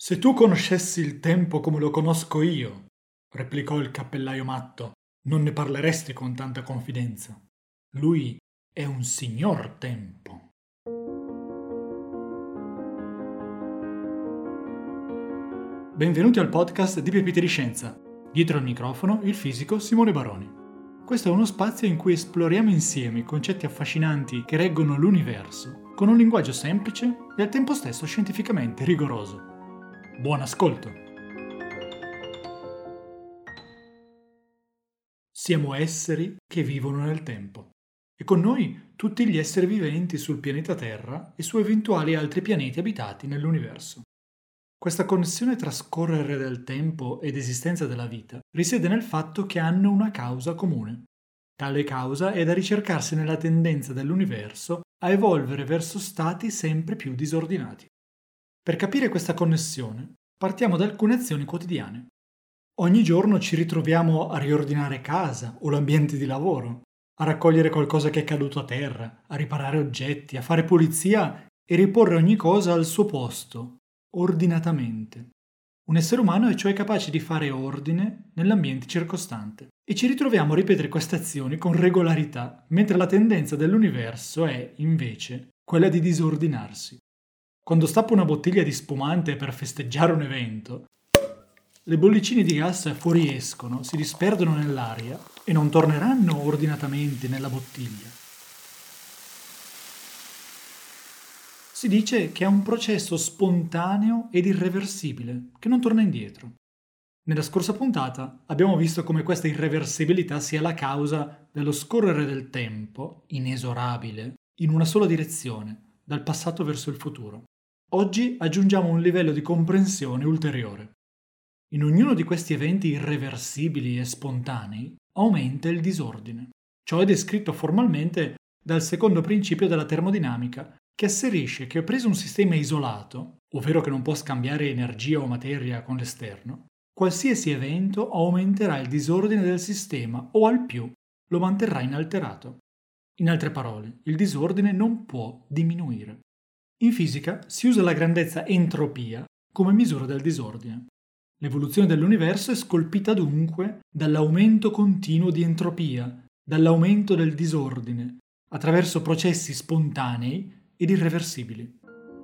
Se tu conoscessi il tempo come lo conosco io, replicò il cappellaio matto, non ne parleresti con tanta confidenza. Lui è un signor tempo. Benvenuti al podcast di Pepite di Scienza. Dietro al microfono il fisico Simone Baroni. Questo è uno spazio in cui esploriamo insieme i concetti affascinanti che reggono l'universo, con un linguaggio semplice e al tempo stesso scientificamente rigoroso. Buon ascolto! Siamo esseri che vivono nel tempo e con noi tutti gli esseri viventi sul pianeta Terra e su eventuali altri pianeti abitati nell'universo. Questa connessione tra scorrere del tempo ed esistenza della vita risiede nel fatto che hanno una causa comune. Tale causa è da ricercarsi nella tendenza dell'universo a evolvere verso stati sempre più disordinati. Per capire questa connessione, partiamo da alcune azioni quotidiane. Ogni giorno ci ritroviamo a riordinare casa o l'ambiente di lavoro, a raccogliere qualcosa che è caduto a terra, a riparare oggetti, a fare pulizia e riporre ogni cosa al suo posto, ordinatamente. Un essere umano è cioè capace di fare ordine nell'ambiente circostante e ci ritroviamo a ripetere queste azioni con regolarità, mentre la tendenza dell'universo è, invece, quella di disordinarsi. Quando stappo una bottiglia di spumante per festeggiare un evento, le bollicine di gas fuoriescono, si disperdono nell'aria e non torneranno ordinatamente nella bottiglia. Si dice che è un processo spontaneo ed irreversibile, che non torna indietro. Nella scorsa puntata abbiamo visto come questa irreversibilità sia la causa dello scorrere del tempo, inesorabile, in una sola direzione, dal passato verso il futuro. Oggi aggiungiamo un livello di comprensione ulteriore. In ognuno di questi eventi irreversibili e spontanei aumenta il disordine. Ciò è descritto formalmente dal secondo principio della termodinamica, che asserisce che preso un sistema isolato, ovvero che non può scambiare energia o materia con l'esterno, qualsiasi evento aumenterà il disordine del sistema o al più lo manterrà inalterato. In altre parole, il disordine non può diminuire. In fisica si usa la grandezza entropia come misura del disordine. L'evoluzione dell'universo è scolpita dunque dall'aumento continuo di entropia, dall'aumento del disordine, attraverso processi spontanei ed irreversibili.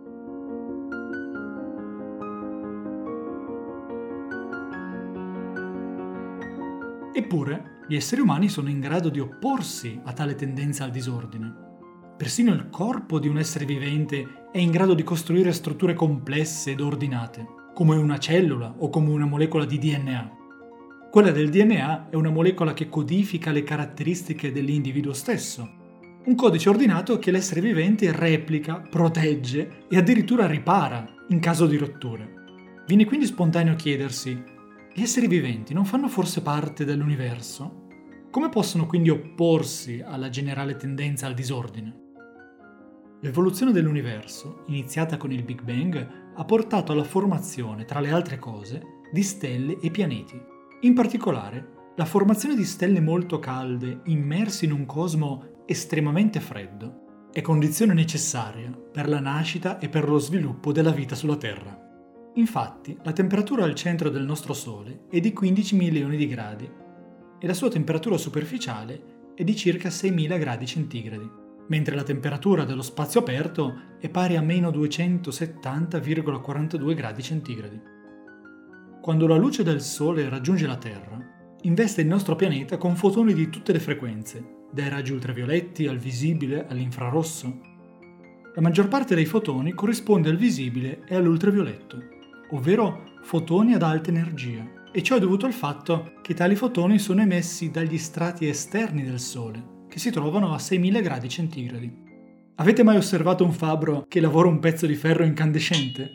Eppure, gli esseri umani sono in grado di opporsi a tale tendenza al disordine. Persino il corpo di un essere vivente è in grado di costruire strutture complesse ed ordinate, come una cellula o come una molecola di DNA. Quella del DNA è una molecola che codifica le caratteristiche dell'individuo stesso, un codice ordinato che l'essere vivente replica, protegge e addirittura ripara in caso di rotture. Viene quindi spontaneo chiedersi: gli esseri viventi non fanno forse parte dell'universo? Come possono quindi opporsi alla generale tendenza al disordine? L'evoluzione dell'universo, iniziata con il Big Bang, ha portato alla formazione, tra le altre cose, di stelle e pianeti. In particolare, la formazione di stelle molto calde, immerse in un cosmo estremamente freddo, è condizione necessaria per la nascita e per lo sviluppo della vita sulla Terra. Infatti, la temperatura al centro del nostro Sole è di 15 milioni di gradi e la sua temperatura superficiale è di circa 6.000 gradi centigradi. Mentre la temperatura dello spazio aperto è pari a meno 270,42 gradi centigradi. Quando la luce del Sole raggiunge la Terra, investe il nostro pianeta con fotoni di tutte le frequenze, dai raggi ultravioletti al visibile all'infrarosso. La maggior parte dei fotoni corrisponde al visibile e all'ultravioletto, ovvero fotoni ad alta energia, e ciò è dovuto al fatto che tali fotoni sono emessi dagli strati esterni del Sole, che si trovano a 6.000 gradi centigradi. Avete mai osservato un fabbro che lavora un pezzo di ferro incandescente?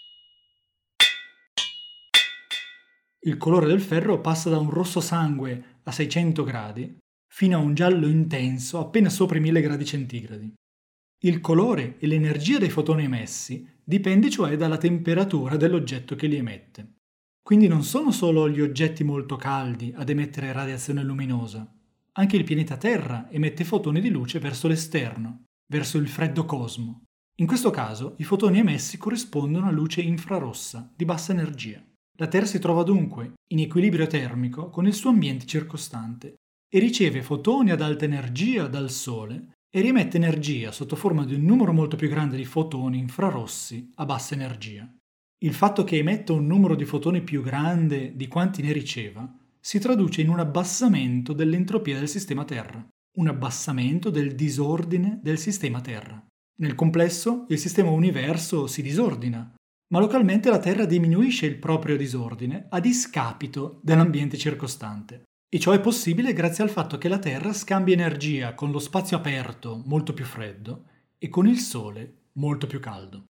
Il colore del ferro passa da un rosso sangue a 600 gradi fino a un giallo intenso appena sopra i 1.000 gradi centigradi. Il colore e l'energia dei fotoni emessi dipende cioè dalla temperatura dell'oggetto che li emette. Quindi non sono solo gli oggetti molto caldi ad emettere radiazione luminosa. Anche il pianeta Terra emette fotoni di luce verso l'esterno, verso il freddo cosmo. In questo caso, i fotoni emessi corrispondono a luce infrarossa di bassa energia. La Terra si trova dunque in equilibrio termico con il suo ambiente circostante e riceve fotoni ad alta energia dal Sole e riemette energia sotto forma di un numero molto più grande di fotoni infrarossi a bassa energia. Il fatto che emetta un numero di fotoni più grande di quanti ne riceva si traduce in un abbassamento dell'entropia del sistema Terra, un abbassamento del disordine del sistema Terra. Nel complesso, il sistema universo si disordina, ma localmente la Terra diminuisce il proprio disordine a discapito dell'ambiente circostante. E ciò è possibile grazie al fatto che la Terra scambia energia con lo spazio aperto, molto più freddo, e con il Sole, molto più caldo.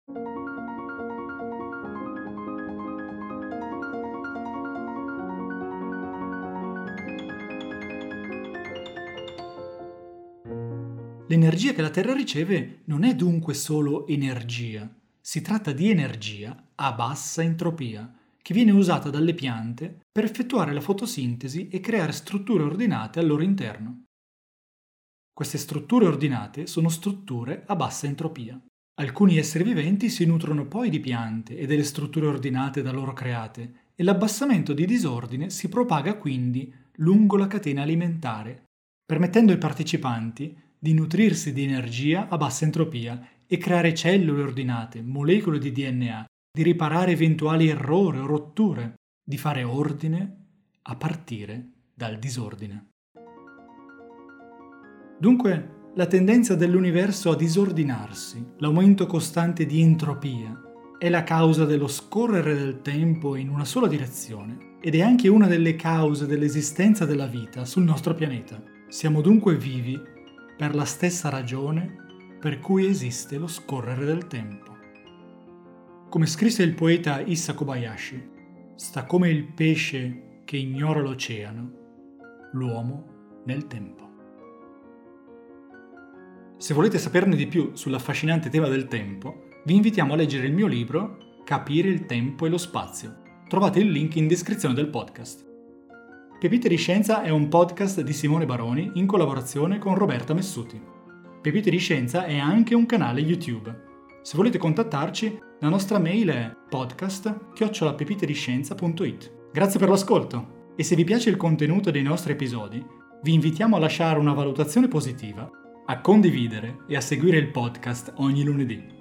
L'energia che la Terra riceve non è dunque solo energia, si tratta di energia a bassa entropia, che viene usata dalle piante per effettuare la fotosintesi e creare strutture ordinate al loro interno. Queste strutture ordinate sono strutture a bassa entropia. Alcuni esseri viventi si nutrono poi di piante e delle strutture ordinate da loro create e l'abbassamento di disordine si propaga quindi lungo la catena alimentare, permettendo ai partecipanti di nutrirsi di energia a bassa entropia e creare cellule ordinate, molecole di DNA, di riparare eventuali errori o rotture, di fare ordine a partire dal disordine. Dunque, la tendenza dell'universo a disordinarsi, l'aumento costante di entropia, è la causa dello scorrere del tempo in una sola direzione ed è anche una delle cause dell'esistenza della vita sul nostro pianeta. Siamo dunque vivi per la stessa ragione per cui esiste lo scorrere del tempo. Come scrisse il poeta Issa Kobayashi, sta come il pesce che ignora l'oceano, l'uomo nel tempo. Se volete saperne di più sull'affascinante tema del tempo, vi invitiamo a leggere il mio libro Capire il tempo e lo spazio. Trovate il link in descrizione del podcast. Pepite di Scienza è un podcast di Simone Baroni in collaborazione con Roberta Messuti. Pepite di Scienza è anche un canale YouTube. Se volete contattarci, la nostra mail è podcast@pepitediscienza.it. Grazie per l'ascolto e se vi piace il contenuto dei nostri episodi, vi invitiamo a lasciare una valutazione positiva, a condividere e a seguire il podcast ogni lunedì.